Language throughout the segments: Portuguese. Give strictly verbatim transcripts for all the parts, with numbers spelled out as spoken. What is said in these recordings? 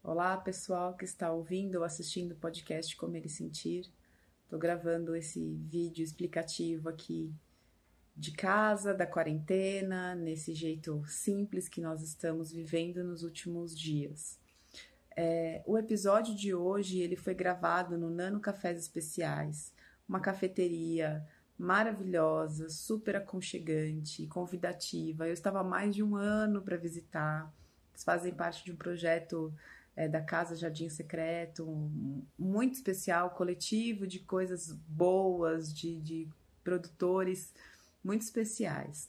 Olá, pessoal que está ouvindo ou assistindo o podcast Comer e Sentir. Estou gravando esse vídeo explicativo aqui de casa, da quarentena, nesse jeito simples que nós estamos vivendo nos últimos dias. É, o episódio de hoje ele foi gravado no Nano Cafés Especiais, uma cafeteria maravilhosa, super aconchegante, convidativa. Eu estava há mais de um ano para visitar. Eles fazem parte de um projeto é, da Casa Jardim Secreto, um, muito especial, coletivo de coisas boas, de, de produtores muito especiais.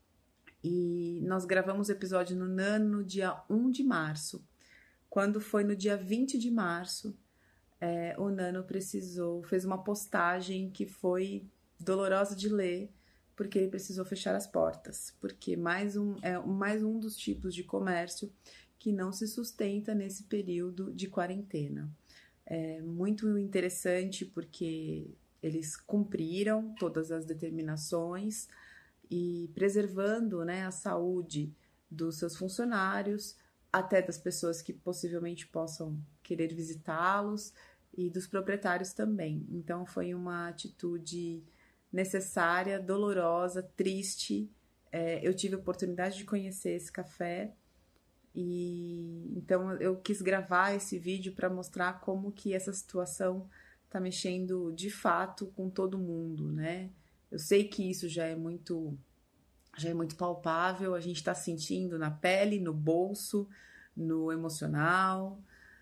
E nós gravamos o episódio no Nano no dia um de março. Quando foi no dia vinte de março, é, o Nano precisou, fez uma postagem que foi dolorosa de ler, porque ele precisou fechar as portas, porque mais um, é mais um dos tipos de comércio que não se sustenta nesse período de quarentena. É muito interessante porque eles cumpriram todas as determinações e preservando, né, a saúde dos seus funcionários, até das pessoas que possivelmente possam querer visitá-los e dos proprietários também. Então foi uma atitude necessária, dolorosa, triste. É, eu tive a oportunidade de conhecer esse café e então eu quis gravar esse vídeo para mostrar como que essa situação está mexendo de fato com todo mundo, né? Eu sei que isso já é muito, já é muito palpável, a gente está sentindo na pele, no bolso, no emocional,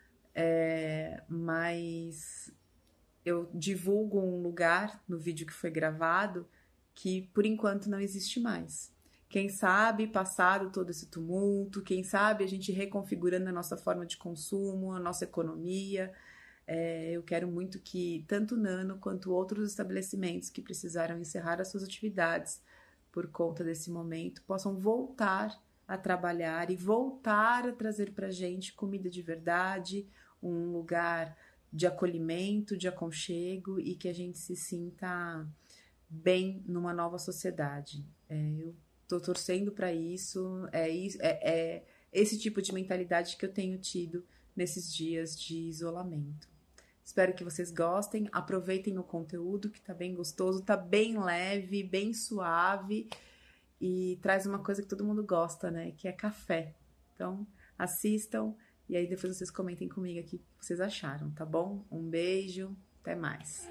é, mas eu divulgo um lugar no vídeo que foi gravado que por enquanto não existe mais. Quem sabe, passado todo esse tumulto, quem sabe a gente reconfigurando a nossa forma de consumo, a nossa economia. É, eu quero muito que tanto o Nano quanto outros estabelecimentos que precisaram encerrar as suas atividades por conta desse momento possam voltar a trabalhar e voltar a trazer para a gente comida de verdade, um lugar de acolhimento, de aconchego e que a gente se sinta bem numa nova sociedade. É, eu estou torcendo para isso, é, é, é esse tipo de mentalidade que eu tenho tido nesses dias de isolamento. Espero que vocês gostem, aproveitem o conteúdo que tá bem gostoso, tá bem leve, bem suave e traz uma coisa que todo mundo gosta, né, que é café. Então, assistam e aí depois vocês comentem comigo aqui o que vocês acharam, tá bom? Um beijo, até mais.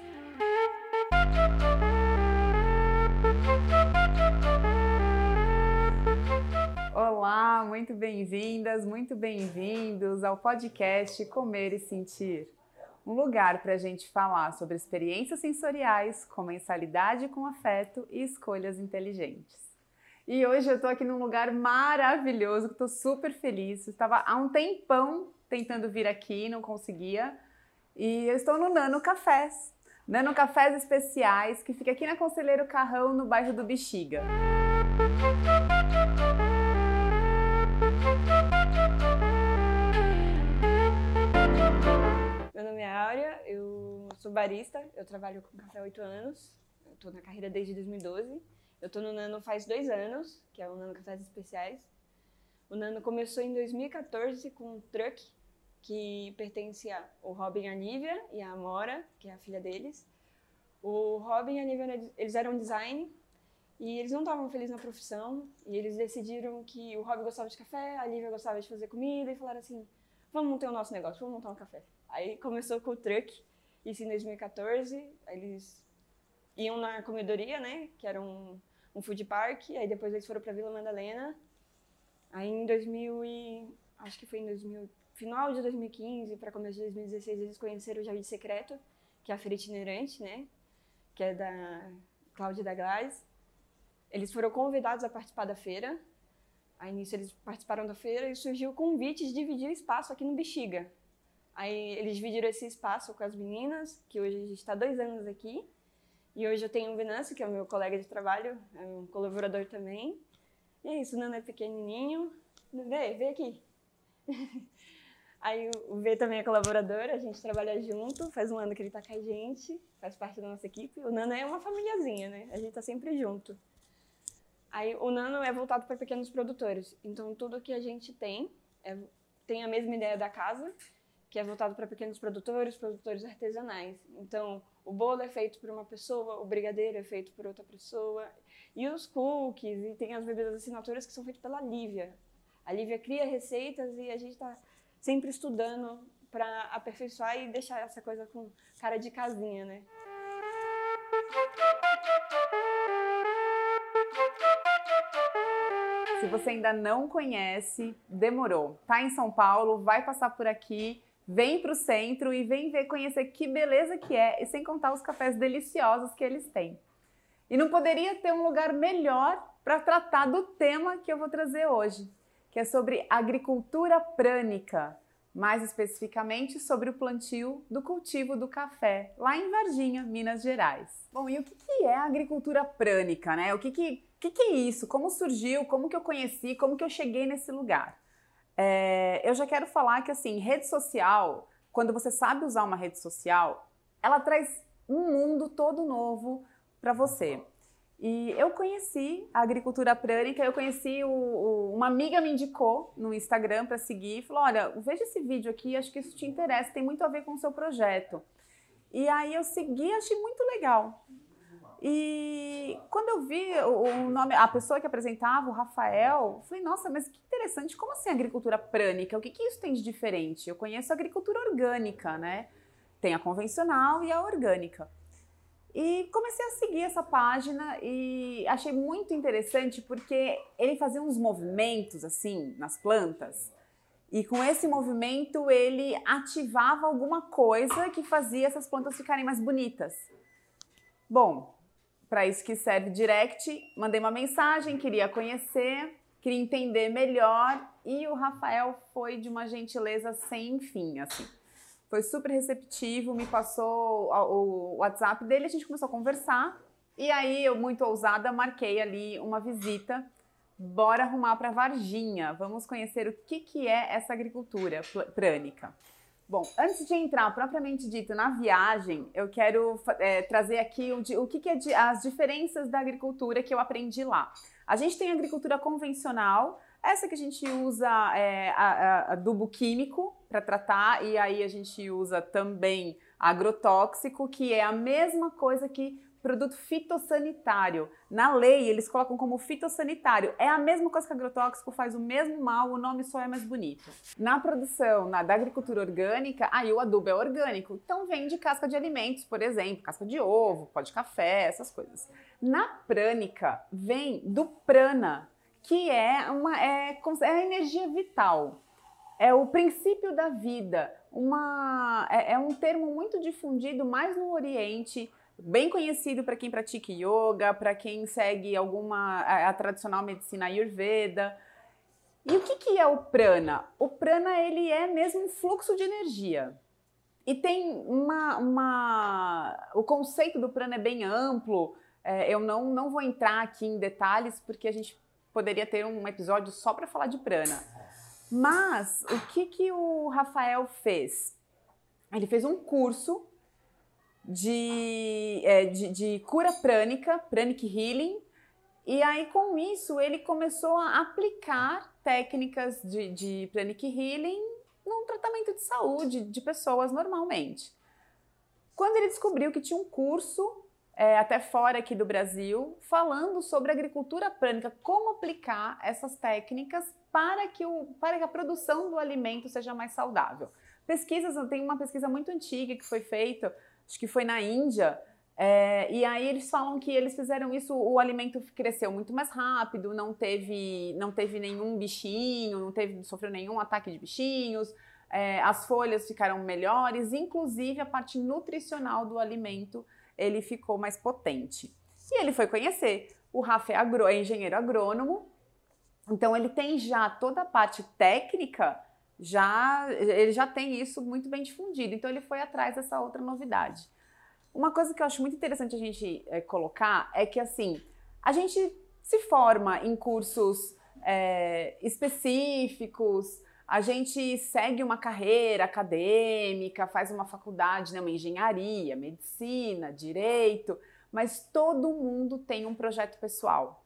Olá, muito bem-vindas, muito bem-vindos ao podcast Comer e Sentir. Um lugar para a gente falar sobre experiências sensoriais, comensalidade com afeto e escolhas inteligentes. E hoje eu tô aqui num lugar maravilhoso, que tô super feliz. Eu estava há um tempão tentando vir aqui, não conseguia. E eu estou no Nano Cafés. Nano Cafés Especiais, que fica aqui na Conselheiro Carrão, no bairro do Bexiga. Meu nome é Áurea, eu sou barista, eu trabalho com café há oito anos, eu tô na carreira desde dois mil e doze. Eu tô no Nano faz dois anos, que é o Nano Cafés Especiais. O Nano começou em dois mil e quatorze com um truck que pertence ao Robin e a Nívia e a Amora, que é a filha deles. O Robin e a Nívia, eles eram design e eles não estavam felizes na profissão e eles decidiram que o Robin gostava de café, a Nívia gostava de fazer comida e falaram assim, vamos montar o nosso negócio, vamos montar um café. Aí começou com o truck, isso em dois mil e quatorze, eles iam na comedoria, né, que era um, um food park, aí depois eles foram para Vila Madalena, aí em dois mil e, acho que foi em dois mil, final de dois mil e quinze para começo de dois mil e dezesseis, eles conheceram o Jardim Secreto, que é a feira itinerante, né, que é da Cláudia da Glass. Eles foram convidados a participar da feira, aí nisso eles participaram da feira e surgiu o convite de dividir o espaço aqui no Bexiga. Aí eles dividiram esse espaço com as meninas, que hoje a gente está dois anos aqui. E hoje eu tenho o Venâncio, que é o meu colega de trabalho, é um colaborador também. E é isso, o Nano é pequenininho. Vê, vê aqui. Aí o V também é colaborador, a gente trabalha junto, faz um ano que ele está com a gente, faz parte da nossa equipe. O Nano é uma famíliazinha, né? A gente está sempre junto. Aí o Nano é voltado para pequenos produtores, então tudo que a gente tem é tem a mesma ideia da casa, que é voltado para pequenos produtores, produtores artesanais. Então, o bolo é feito por uma pessoa, o brigadeiro é feito por outra pessoa, e os cookies, e tem as bebidas assinaturas que são feitas pela Lívia. A Lívia cria receitas e a gente está sempre estudando para aperfeiçoar e deixar essa coisa com cara de casinha, né? Se você ainda não conhece, demorou. Tá em São Paulo, vai passar por aqui, vem pro centro e vem ver, conhecer que beleza que é, e sem contar os cafés deliciosos que eles têm. E não poderia ter um lugar melhor para tratar do tema que eu vou trazer hoje, que é sobre agricultura prânica, mais especificamente sobre o plantio do cultivo do café, lá em Varginha, Minas Gerais. Bom, e o que que é a agricultura prânica, né? O que que, que, que é isso? Como surgiu? Como que eu conheci? Como que eu cheguei nesse lugar? É, eu já quero falar que, assim, rede social, quando você sabe usar uma rede social, ela traz um mundo todo novo para você. E eu conheci a agricultura prânica, eu conheci, o, o, uma amiga me indicou no Instagram para seguir e falou, olha, veja esse vídeo aqui, acho que isso te interessa, tem muito a ver com o seu projeto. E aí eu segui, achei muito legal. E quando eu vi o, o nome, a pessoa que apresentava, o Rafael, eu falei, nossa, mas que interessante, como assim agricultura prânica? O que, que isso tem de diferente? Eu conheço a agricultura orgânica, né? Tem a convencional e a orgânica. E comecei a seguir essa página e achei muito interessante porque ele fazia uns movimentos assim nas plantas e com esse movimento ele ativava alguma coisa que fazia essas plantas ficarem mais bonitas. Bom, para isso que serve direct, mandei uma mensagem, queria conhecer, queria entender melhor e o Rafael foi de uma gentileza sem fim, assim. Foi super receptivo, me passou o WhatsApp dele, a gente começou a conversar e aí eu, muito ousada, marquei ali uma visita. Bora arrumar para Varginha, vamos conhecer o que, que é essa agricultura prânica. Bom, antes de entrar propriamente dito na viagem, eu quero é, trazer aqui o, o que, que é de, as diferenças da agricultura que eu aprendi lá. A gente tem a agricultura convencional, essa que a gente usa é, a, a, adubo químico para tratar e aí a gente usa também agrotóxico, que é a mesma coisa que produto fitossanitário. Na lei eles colocam como fitossanitário, é a mesma coisa que agrotóxico, faz o mesmo mal, o nome só é mais bonito. Na produção na, da agricultura orgânica, aí o adubo é orgânico, então vem de casca de alimentos, por exemplo, casca de ovo, pó de café, essas coisas. Na prânica vem do prana, que é, uma, é, é a energia vital, é o princípio da vida, uma, é, é um termo muito difundido mais no Oriente, bem conhecido para quem pratica yoga, para quem segue alguma, a, a tradicional medicina Ayurveda. E o que, que é o prana? O prana ele é mesmo um fluxo de energia. E tem uma, uma... O conceito do prana é bem amplo, é, eu não, não vou entrar aqui em detalhes porque a gente poderia ter um episódio só para falar de prana. Mas o que, que o Rafael fez? Ele fez um curso de, é, de, de cura prânica, pranic healing, e aí com isso ele começou a aplicar técnicas de, de pranic healing num tratamento de saúde de pessoas normalmente. Quando ele descobriu que tinha um curso É, até fora aqui do Brasil, falando sobre agricultura prânica, como aplicar essas técnicas para que, o, para que a produção do alimento seja mais saudável. Pesquisas, tem uma pesquisa muito antiga que foi feita, acho que foi na Índia, é, e aí eles falam que eles fizeram isso, o alimento cresceu muito mais rápido, não teve, não teve nenhum bichinho, não teve, sofreu nenhum ataque de bichinhos, é, as folhas ficaram melhores, inclusive a parte nutricional do alimento ele ficou mais potente. E ele foi conhecer. O Rafa é, agro, é engenheiro agrônomo, então ele tem já toda a parte técnica, já, ele já tem isso muito bem difundido, então ele foi atrás dessa outra novidade. Uma coisa que eu acho muito interessante a gente é, colocar é que assim, a gente se forma em cursos é, específicos, a gente segue uma carreira acadêmica, faz uma faculdade, né, uma engenharia, medicina, direito, mas todo mundo tem um projeto pessoal.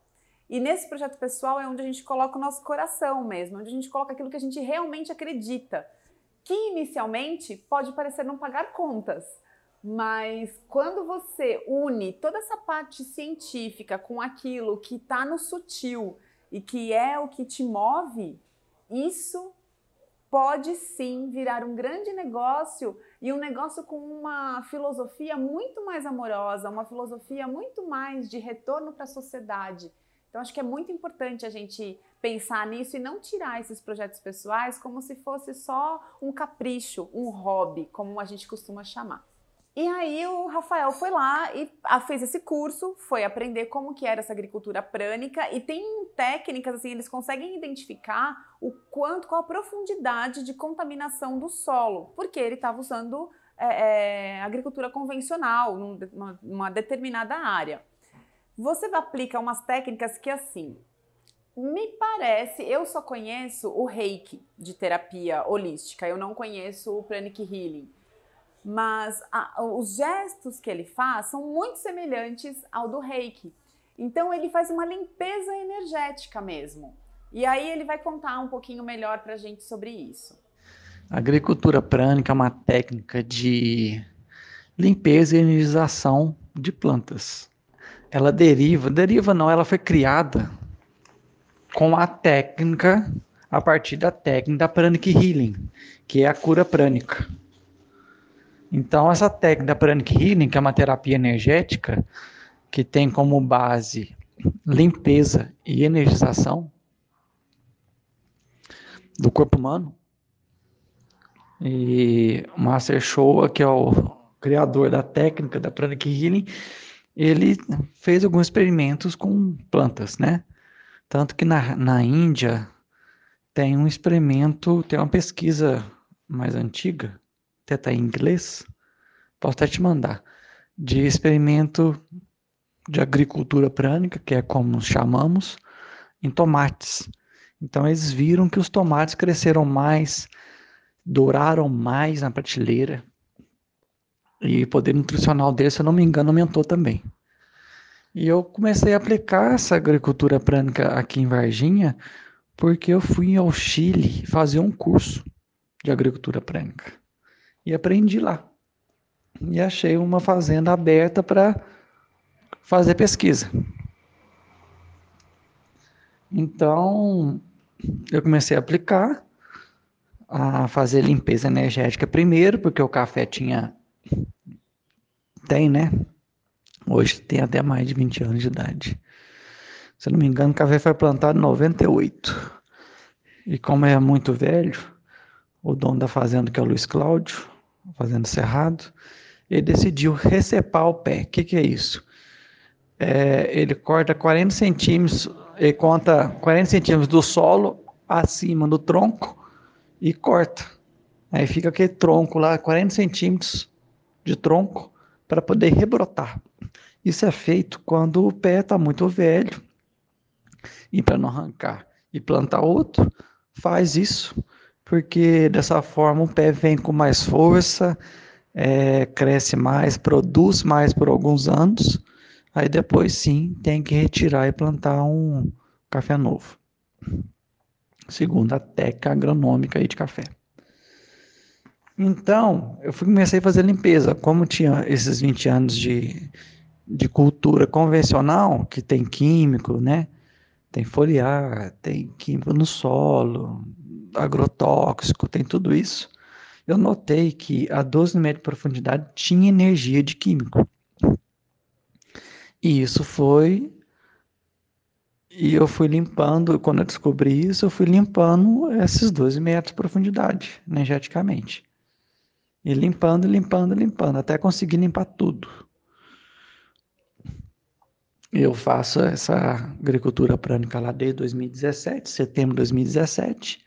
E nesse projeto pessoal é onde a gente coloca o nosso coração mesmo, onde a gente coloca aquilo que a gente realmente acredita, que inicialmente pode parecer não pagar contas, mas quando você une toda essa parte científica com aquilo que está no sutil e que é o que te move, isso pode sim virar um grande negócio e um negócio com uma filosofia muito mais amorosa, uma filosofia muito mais de retorno para a sociedade. Então, acho que é muito importante a gente pensar nisso e não tirar esses projetos pessoais como se fosse só um capricho, um hobby, como a gente costuma chamar. E aí o Rafael foi lá e fez esse curso, foi aprender como que era essa agricultura prânica e tem técnicas, assim, eles conseguem identificar o quanto, qual a profundidade de contaminação do solo, porque ele estava usando é, é, agricultura convencional numa, numa determinada área. Você aplica umas técnicas que, assim, me parece, eu só conheço o Reiki de terapia holística, eu não conheço o Pranic Healing. Mas a, os gestos que ele faz são muito semelhantes ao do Reiki. Então ele faz uma limpeza energética mesmo. E aí ele vai contar um pouquinho melhor pra gente sobre isso. A agricultura prânica é uma técnica de limpeza e energização de plantas. Ela deriva, deriva não, ela foi criada com a técnica, a partir da técnica da Pranic Healing, que é a cura prânica. Então, essa técnica da Pranic Healing, que é uma terapia energética, que tem como base limpeza e energização do corpo humano, e o Master Showa, que é o criador da técnica da Pranic Healing, ele fez alguns experimentos com plantas, né? Tanto que na, na Índia tem um experimento, tem uma pesquisa mais antiga, até está em inglês, posso até te mandar, de experimento de agricultura prânica, que é como nos chamamos, em tomates. Então eles viram que os tomates cresceram mais, douraram mais na prateleira, e o poder nutricional deles, se eu não me engano, aumentou também. E eu comecei a aplicar essa agricultura prânica aqui em Varginha, porque eu fui ao Chile fazer um curso de agricultura prânica. E aprendi lá. E achei uma fazenda aberta para fazer pesquisa. Então, eu comecei a aplicar, a fazer limpeza energética primeiro, porque o café tinha... Tem, né? Hoje tem até mais de vinte anos de idade. Se não me engano, o café foi plantado em noventa e oito. E como é muito velho, o dono da fazenda, que é o Luiz Cláudio, fazenda Cerrado, ele decidiu recepar o pé. O que, que é isso? É, ele corta quarenta centímetros, ele conta quarenta centímetros do solo acima do tronco e corta. Aí fica aquele tronco lá, quarenta centímetros de tronco, para poder rebrotar. Isso é feito quando o pé está muito velho e para não arrancar e plantar outro, faz isso, porque dessa forma o pé vem com mais força, é, cresce mais, produz mais por alguns anos, aí depois sim tem que retirar e plantar um café novo. Segundo a técnica agronômica aí de café. Então, eu fui, comecei a fazer limpeza. Como tinha esses vinte anos de, de cultura convencional, que tem químico, né? Tem foliar, tem químico no solo, agrotóxico, tem tudo isso. Eu notei que a doze metros de profundidade tinha energia de químico. E isso foi... E eu fui limpando, quando eu descobri isso, eu fui limpando esses doze metros de profundidade, energeticamente. E limpando, limpando, limpando, até conseguir limpar tudo. Eu faço essa agricultura prânica lá desde dois mil e dezessete, setembro de dois mil e dezessete.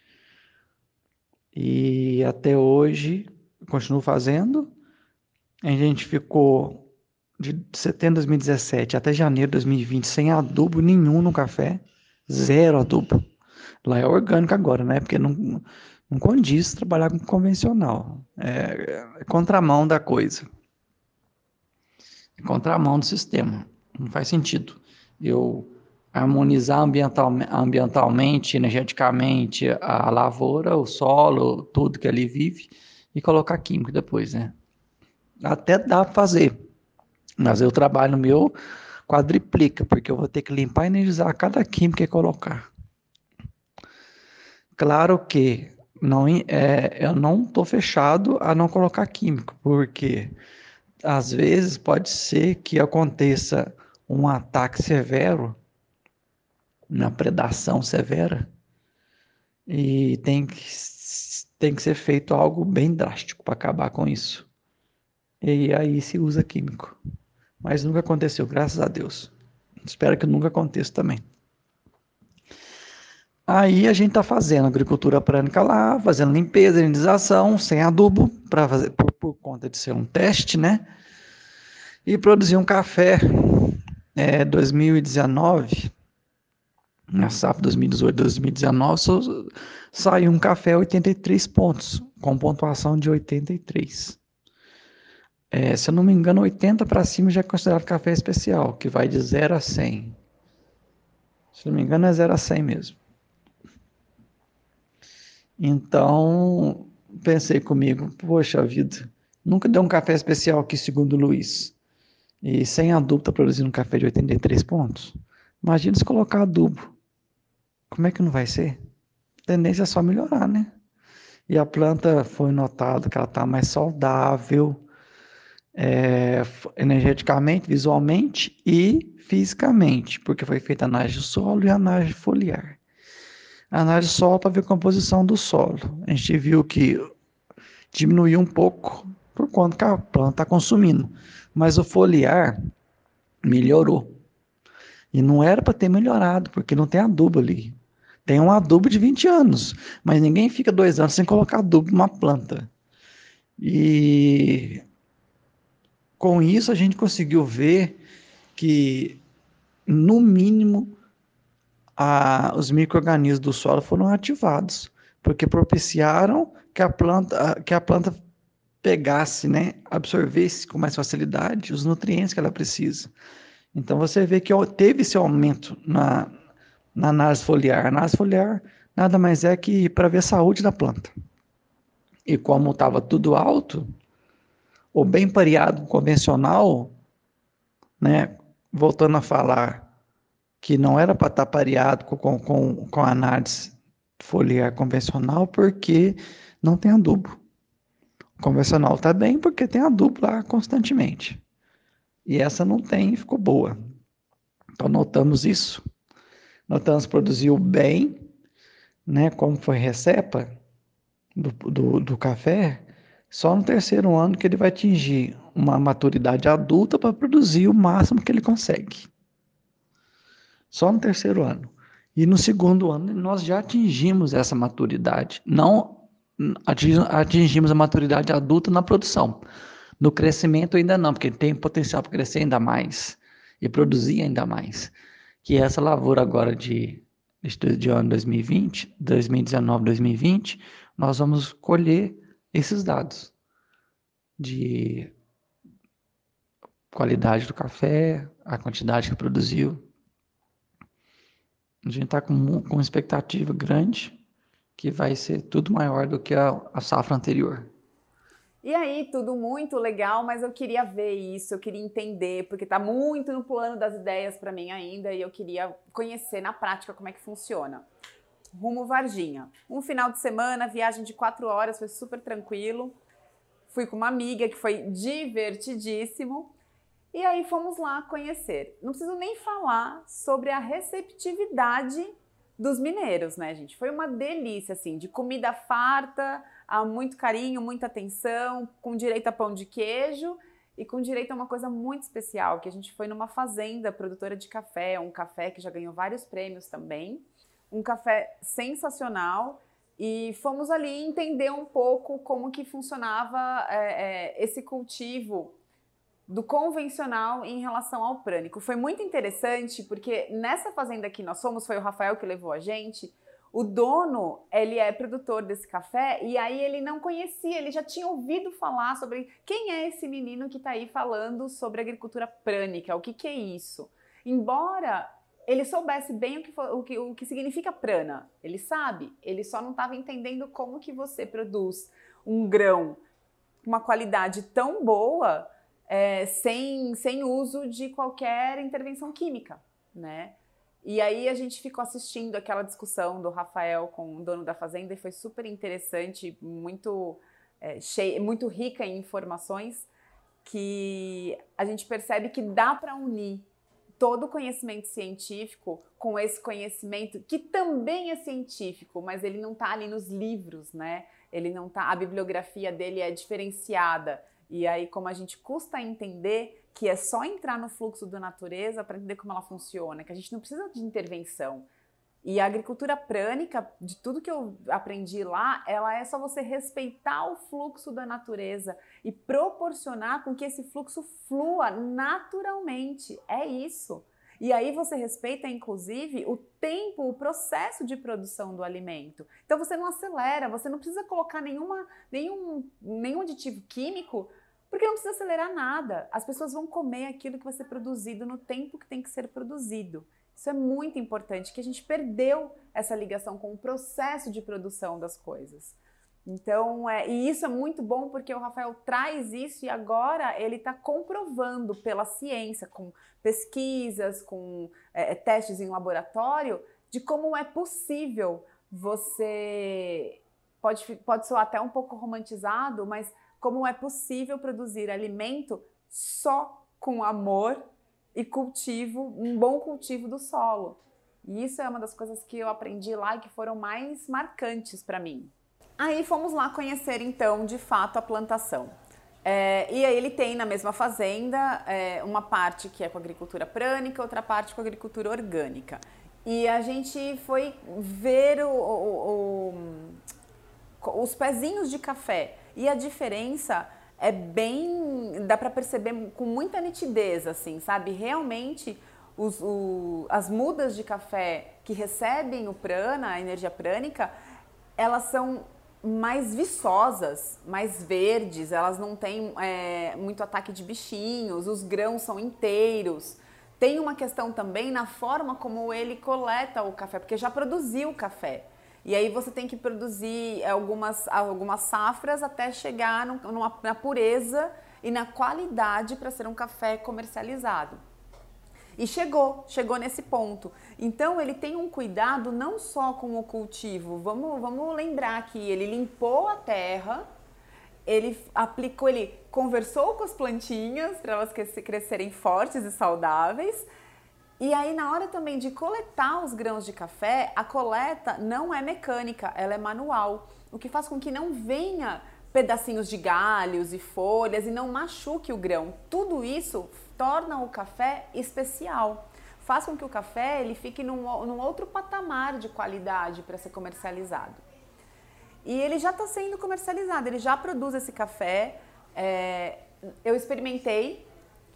E até hoje, continuo fazendo. A gente ficou de setembro de dois mil e dezessete até janeiro de dois mil e vinte sem adubo nenhum no café. Zero adubo. Lá é orgânico agora, né? Porque não, não condiz trabalhar com convencional. É, é contramão da coisa. É contramão do sistema. Não faz sentido. Eu harmonizar ambiental, ambientalmente, energeticamente a lavoura, o solo, tudo que ali vive, e colocar químico depois, né? Até dá para fazer, mas eu trabalho meu quadriplica, porque eu vou ter que limpar e energizar cada químico que colocar. Claro que não, é, eu não estou fechado a não colocar químico, porque às vezes pode ser que aconteça um ataque severo, uma predação severa, e tem que, tem que ser feito algo bem drástico para acabar com isso. E aí se usa químico. Mas nunca aconteceu, graças a Deus. Espero que nunca aconteça também. Aí a gente está fazendo agricultura prânica lá, fazendo limpeza, higienização, sem adubo, para fazer por, por conta de ser um teste, né? E produzir um café é, dois mil e dezenove, na safra dois mil e dezoito, dois mil e dezenove, saiu um café oitenta e três pontos, com pontuação de oitenta e três. É, se eu não me engano, oitenta para cima já é considerado café especial, que vai de zero a cem. Se não me engano, é zero a cem mesmo. Então, pensei comigo, poxa vida, nunca deu um café especial aqui, segundo o Luiz. E sem adubo tá produzindo um café de oitenta e três pontos. Imagina se colocar adubo. Como é que não vai ser? A tendência é só melhorar, né? E a planta foi notado que ela está mais saudável, é, energeticamente, visualmente e fisicamente, porque foi feita análise do solo e análise foliar. A análise do solo para ver a composição do solo. A gente viu que diminuiu um pouco por conta que a planta está consumindo, mas o foliar melhorou. E não era para ter melhorado, porque não tem adubo ali. Tem um adubo de vinte anos, mas ninguém fica dois anos sem colocar adubo numa planta. E com isso a gente conseguiu ver que, no mínimo, a, os micro-organismos do solo foram ativados, porque propiciaram que a planta, que a planta pegasse, né, absorvesse com mais facilidade os nutrientes que ela precisa. Então você vê que teve esse aumento na, na análise foliar. A análise foliar nada mais é que para ver a saúde da planta. E como estava tudo alto, ou bem pareado convencional, né, voltando a falar que não era para estar pareado com, com, com a análise foliar convencional, porque não tem adubo. O convencional está bem porque tem adubo lá constantemente. E essa não tem e ficou boa. Então notamos isso. Notamos que produziu bem, né, como foi recepa do, do, do café, só no terceiro ano que ele vai atingir uma maturidade adulta para produzir o máximo que ele consegue. Só no terceiro ano. E no segundo ano nós já atingimos essa maturidade. Não atingimos a maturidade adulta na produção. No crescimento ainda não, porque tem potencial para crescer ainda mais e produzir ainda mais. Que essa lavoura agora de, de ano dois mil e vinte, dois mil e dezenove, dois mil e vinte, nós vamos colher esses dados de qualidade do café, a quantidade que produziu. A gente está com, com uma expectativa grande que vai ser tudo maior do que a, a safra anterior. E aí, tudo muito legal, mas eu queria ver isso, eu queria entender, porque tá muito no plano das ideias para mim ainda e eu queria conhecer na prática como é que funciona. Rumo Varginha. Um final de semana, viagem de quatro horas, foi super tranquilo. Fui com uma amiga que foi divertidíssimo. E aí fomos lá conhecer. Não preciso nem falar sobre a receptividade dos mineiros, né, gente? Foi uma delícia, assim, de comida farta, a muito carinho, muita atenção, com direito a pão de queijo e com direito a uma coisa muito especial, que a gente foi numa fazenda produtora de café, um café que já ganhou vários prêmios também, um café sensacional, e fomos ali entender um pouco como que funcionava é, é, esse cultivo do convencional em relação ao prânico. Foi muito interessante porque nessa fazenda que nós fomos, foi o Rafael que levou a gente, o dono, ele é produtor desse café e aí ele não conhecia, ele já tinha ouvido falar sobre quem é esse menino que está aí falando sobre agricultura prânica, o que que é isso. Embora ele soubesse bem o que, for, o, que, o que significa prana. Ele sabe, ele só não estava entendendo como que você produz um grão com uma qualidade tão boa é, sem, sem uso de qualquer intervenção química, né? E aí a gente ficou assistindo aquela discussão do Rafael com o dono da fazenda e foi super interessante, muito, é, cheia, muito rica em informações, que a gente percebe que dá para unir todo o conhecimento científico com esse conhecimento que também é científico, mas ele não está ali nos livros, né? Ele não tá, a bibliografia dele é diferenciada. E aí, como a gente custa entender que é só entrar no fluxo da natureza para entender como ela funciona, que a gente não precisa de intervenção. E a agricultura prânica, de tudo que eu aprendi lá, ela é só você respeitar o fluxo da natureza e proporcionar com que esse fluxo flua naturalmente. É isso. E aí você respeita, inclusive, o tempo, o processo de produção do alimento. Então você não acelera, você não precisa colocar nenhuma, nenhum, nenhum aditivo químico, porque não precisa acelerar nada. As pessoas vão comer aquilo que vai ser produzido no tempo que tem que ser produzido. Isso é muito importante, que a gente perdeu essa ligação com o processo de produção das coisas. Então, é, e isso é muito bom porque o Rafael traz isso e agora ele está comprovando pela ciência, com pesquisas, com é, testes em laboratório, de como é possível você... Pode, pode soar até um pouco romantizado, mas como é possível produzir alimento só com amor e cultivo, um bom cultivo do solo. E isso é uma das coisas que eu aprendi lá e que foram mais marcantes para mim. Aí fomos lá conhecer então de fato a plantação. É, e aí ele tem na mesma fazenda é, uma parte que é com agricultura prânica, outra parte com agricultura orgânica. E a gente foi ver o, o, o, os pezinhos de café. E a diferença é bem... dá para perceber com muita nitidez, assim, sabe? Realmente, os, o, as mudas de café que recebem o prana, a energia prânica, elas são mais viçosas, mais verdes, elas não têm é, muito ataque de bichinhos, os grãos são inteiros. Tem uma questão também na forma como ele coleta o café, porque já produziu o café. E aí você tem que produzir algumas, algumas safras até chegar no, numa, na pureza e na qualidade para ser um café comercializado. E chegou, chegou nesse ponto. Então ele tem um cuidado não só com o cultivo, vamos, vamos lembrar que ele limpou a terra, ele aplicou, ele conversou com as plantinhas para elas crescerem fortes e saudáveis. E aí, na hora também de coletar os grãos de café, a coleta não é mecânica, ela é manual, o que faz com que não venha pedacinhos de galhos e folhas e não machuque o grão. Tudo isso torna o café especial, faz com que o café ele fique num, num outro patamar de qualidade para ser comercializado. E ele já está sendo comercializado, ele já produz esse café, é, eu experimentei.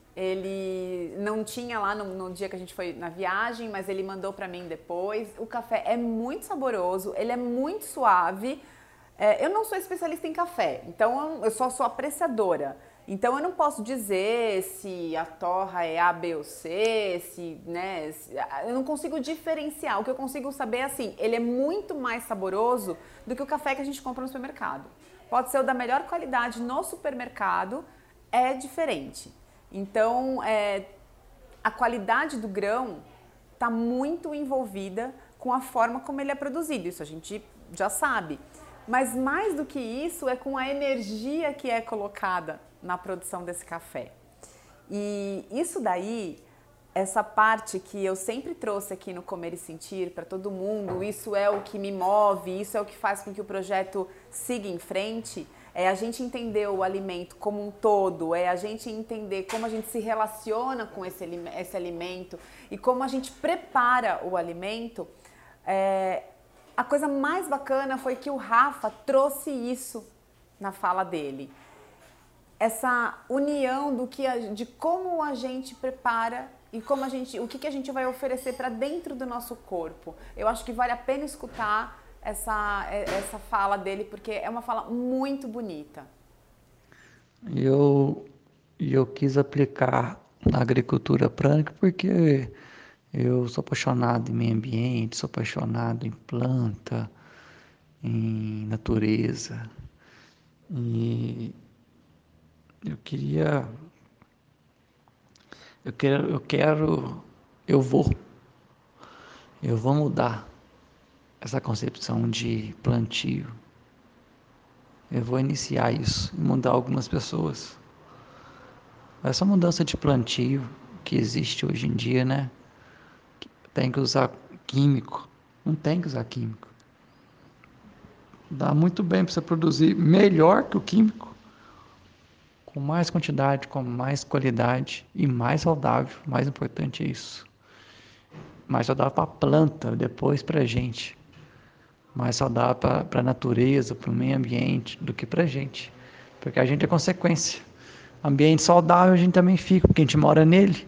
Ele não tinha lá no, no dia que a gente foi na viagem, mas ele mandou para mim depois. O café é muito saboroso, ele é muito suave. É, eu não sou especialista em café, então eu só sou apreciadora. Então eu não posso dizer se a torra é A, B ou C, se, né, se, eu não consigo diferenciar. O que eu consigo saber é assim, ele é muito mais saboroso do que o café que a gente compra no supermercado. Pode ser o da melhor qualidade no supermercado, é diferente. Então, é, a qualidade do grão está muito envolvida com a forma como ele é produzido, isso a gente já sabe. Mas mais do que isso é com a energia que é colocada na produção desse café. E isso daí, essa parte que eu sempre trouxe aqui no Comer e Sentir para todo mundo, isso é o que me move, isso é o que faz com que o projeto siga em frente. É a gente entender o alimento como um todo, é a gente entender como a gente se relaciona com esse, esse alimento e como a gente prepara o alimento. É, a coisa mais bacana foi que o Rafa trouxe isso na fala dele. Essa união do que a, de como a gente prepara e como a gente, o que, que a gente vai oferecer para dentro do nosso corpo. Eu acho que vale a pena escutar Essa, essa fala dele, porque é uma fala muito bonita. Eu, eu quis aplicar na agricultura prânica porque Eu sou apaixonado em meio ambiente, sou apaixonado em planta, em natureza. E eu queria, eu quero, eu quero, eu vou, eu vou mudar essa concepção de plantio. Eu vou iniciar isso e mudar algumas pessoas. Essa mudança de plantio que existe hoje em dia, né? Tem que usar químico. Não tem que usar químico. Dá muito bem para você produzir melhor que o químico, com mais quantidade, com mais qualidade e mais saudável. O mais importante é isso. Mais saudável para a planta, depois para a gente. Mais saudável para a natureza, para o meio ambiente, do que para a gente. Porque a gente é consequência. Ambiente saudável a gente também fica, porque a gente mora nele.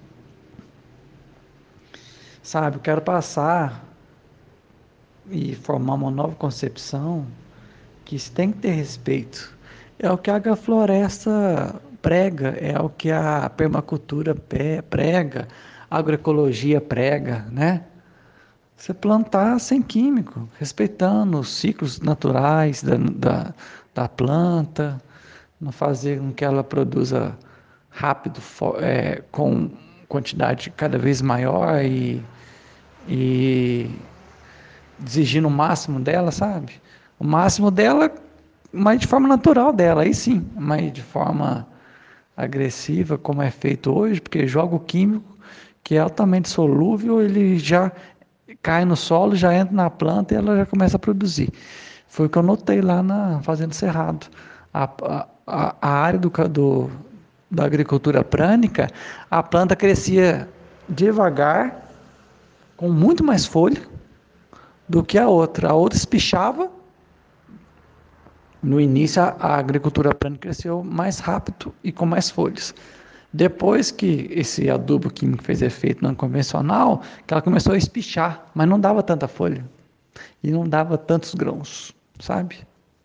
Sabe, eu quero passar e formar uma nova concepção que se tem que ter respeito. É o que a agrofloresta prega, é o que a permacultura prega, a agroecologia prega, né? Você plantar sem químico, respeitando os ciclos naturais da, da, da planta, não fazer com que ela produza rápido, é, com quantidade cada vez maior e, e exigindo o máximo dela, sabe? O máximo dela, mas de forma natural dela, aí sim, mas de forma agressiva, como é feito hoje, porque joga o químico, que é altamente solúvel, ele já cai no solo, já entra na planta e ela já começa a produzir. Foi o que eu notei lá na Fazenda Cerrado. A, a, a área do, do, da agricultura prânica, a planta crescia devagar, com muito mais folha do que a outra. A outra espichava. No início, a, a agricultura prânica cresceu mais rápido e com mais folhas. Depois que esse adubo químico fez efeito não convencional, que ela começou a espichar, mas não dava tanta folha e não dava tantos grãos, sabe?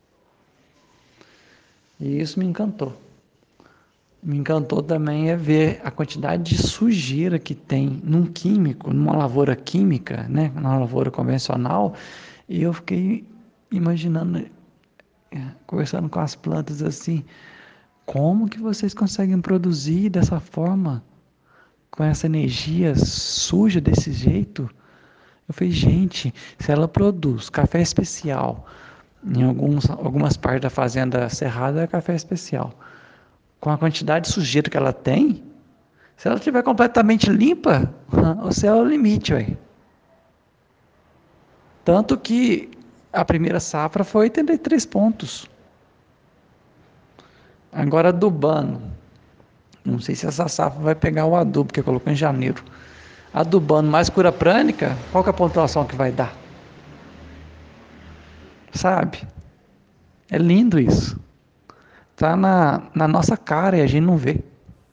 E isso me encantou. Me encantou também é ver a quantidade de sujeira que tem num químico, numa lavoura química, né, numa lavoura convencional, e eu fiquei imaginando, conversando com as plantas assim, como que vocês conseguem produzir dessa forma, com essa energia suja desse jeito? Eu falei, gente, se ela produz café especial, em alguns, algumas partes da fazenda Cerrado é café especial, com a quantidade de sujeira que ela tem, se ela estiver completamente limpa, o céu é o limite, ué. Tanto que a primeira safra foi oitenta e três pontos. Agora adubando. Não sei se essa safra vai pegar o adubo que colocou em janeiro. Adubando mais cura prânica, qual que é a pontuação que vai dar? Sabe? É lindo isso. Tá na, na nossa cara e a gente não vê.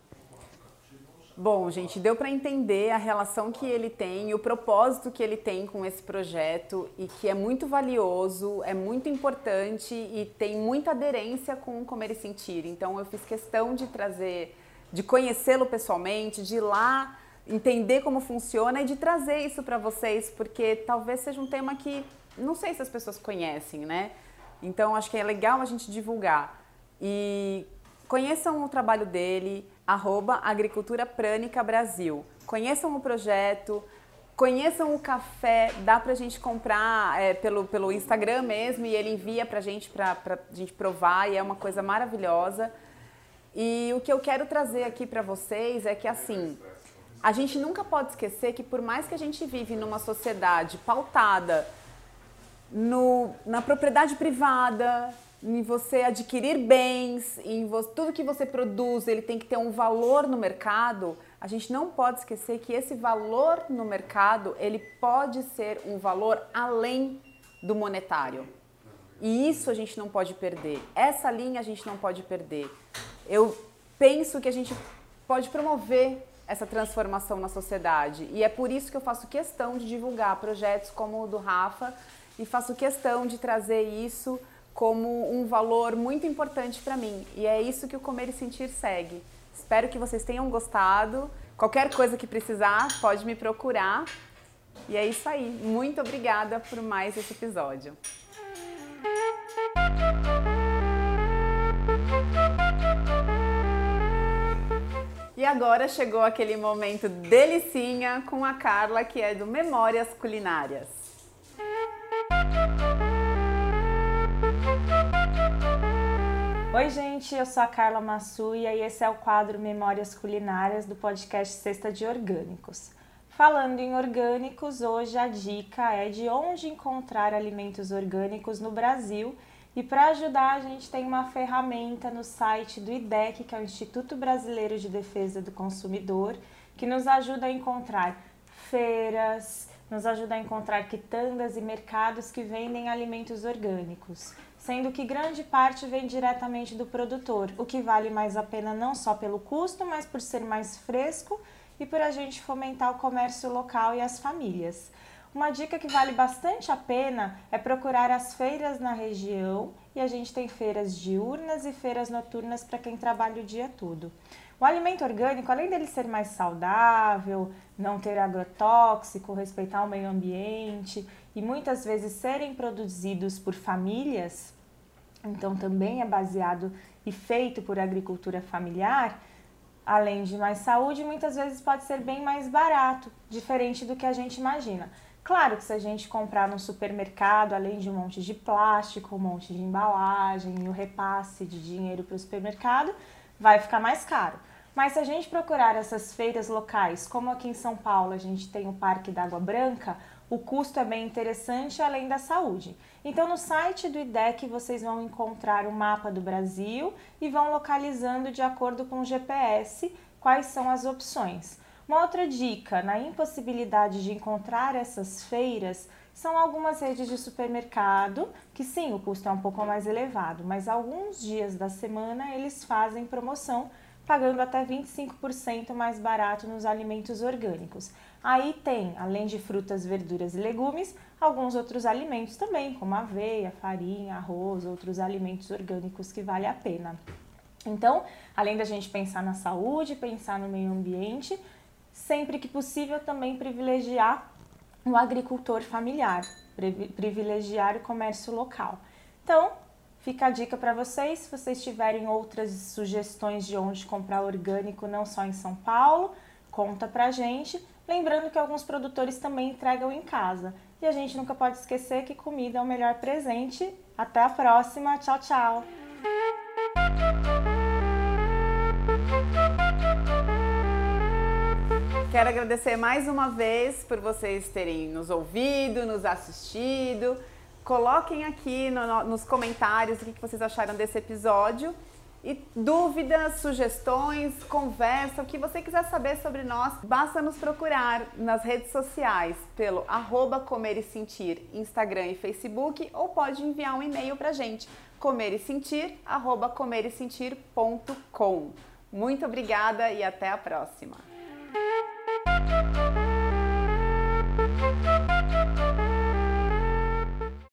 Bom, gente, deu para entender a relação que ele tem e o propósito que ele tem com esse projeto e que é muito valioso, é muito importante e tem muita aderência com o Comer e Sentir. Então eu fiz questão de trazer, de conhecê-lo pessoalmente, de ir lá entender como funciona e de trazer isso para vocês, porque talvez seja um tema que não sei se as pessoas conhecem, né? Então acho que é legal a gente divulgar. E conheçam o trabalho dele, arroba Agricultura Prânica Brasil. Conheçam o projeto, conheçam o café, dá pra gente comprar é, pelo, pelo Instagram mesmo e ele envia pra gente, pra, pra gente provar e é uma coisa maravilhosa. E o que eu quero trazer aqui pra vocês é que assim, a gente nunca pode esquecer que por mais que a gente vive numa sociedade pautada no, na propriedade privada, em você adquirir bens, em você, tudo que você produz, ele tem que ter um valor no mercado, a gente não pode esquecer que esse valor no mercado, ele pode ser um valor além do monetário. E isso a gente não pode perder. Essa linha a gente não pode perder. Eu penso que a gente pode promover essa transformação na sociedade. E é por isso que eu faço questão de divulgar projetos como o do Rafa e faço questão de trazer isso como um valor muito importante para mim. E é isso que o Comer e Sentir segue. Espero que vocês tenham gostado. Qualquer coisa que precisar, pode me procurar. E é isso aí. Muito obrigada por mais esse episódio. E agora chegou aquele momento delicinha com a Carla, que é do Memórias Culinárias. Oi gente, eu sou a Carla Massuia e esse é o quadro Memórias Culinárias do podcast Cesta de Orgânicos. Falando em orgânicos, hoje a dica é de onde encontrar alimentos orgânicos no Brasil. E para ajudar, a gente tem uma ferramenta no site do I D E C, que é o Instituto Brasileiro de Defesa do Consumidor, que nos ajuda a encontrar feiras, nos ajuda a encontrar quitandas e mercados que vendem alimentos orgânicos, sendo que grande parte vem diretamente do produtor, o que vale mais a pena não só pelo custo, mas por ser mais fresco e por a gente fomentar o comércio local e as famílias. Uma dica que vale bastante a pena é procurar as feiras na região, e a gente tem feiras diurnas e feiras noturnas para quem trabalha o dia todo. O alimento orgânico, além dele ser mais saudável, não ter agrotóxico, respeitar o meio ambiente e muitas vezes serem produzidos por famílias, então também é baseado e feito por agricultura familiar, além de mais saúde, muitas vezes pode ser bem mais barato, diferente do que a gente imagina. Claro que se a gente comprar no supermercado, além de um monte de plástico, um monte de embalagem e o repasse de dinheiro para o supermercado, vai ficar mais caro. Mas se a gente procurar essas feiras locais, como aqui em São Paulo a gente tem o Parque da Água Branca, o custo é bem interessante além da saúde. Então no site do I D E C vocês vão encontrar o mapa do Brasil e vão localizando de acordo com o G P S quais são as opções. Uma outra dica, na impossibilidade de encontrar essas feiras, são algumas redes de supermercado, que sim, o custo é um pouco mais elevado, mas alguns dias da semana eles fazem promoção, pagando até vinte e cinco por cento mais barato nos alimentos orgânicos. Aí tem, além de frutas, verduras e legumes, alguns outros alimentos também, como aveia, farinha, arroz, outros alimentos orgânicos que vale a pena. Então, além da gente pensar na saúde, pensar no meio ambiente, sempre que possível também privilegiar o agricultor familiar, privilegiar o comércio local. Então, fica a dica para vocês, se vocês tiverem outras sugestões de onde comprar orgânico, não só em São Paulo, conta pra gente. Lembrando que alguns produtores também entregam em casa. E a gente nunca pode esquecer que comida é o melhor presente. Até a próxima, tchau, tchau! Quero agradecer mais uma vez por vocês terem nos ouvido, nos assistido. Coloquem aqui no, nos comentários o que vocês acharam desse episódio. E dúvidas, sugestões, conversa, o que você quiser saber sobre nós, basta nos procurar nas redes sociais pelo arroba Comer e Sentir, Instagram e Facebook, ou pode enviar um e-mail pra gente, comer e sentir arroba comer e sentir ponto com. Muito obrigada e até a próxima! Thank you.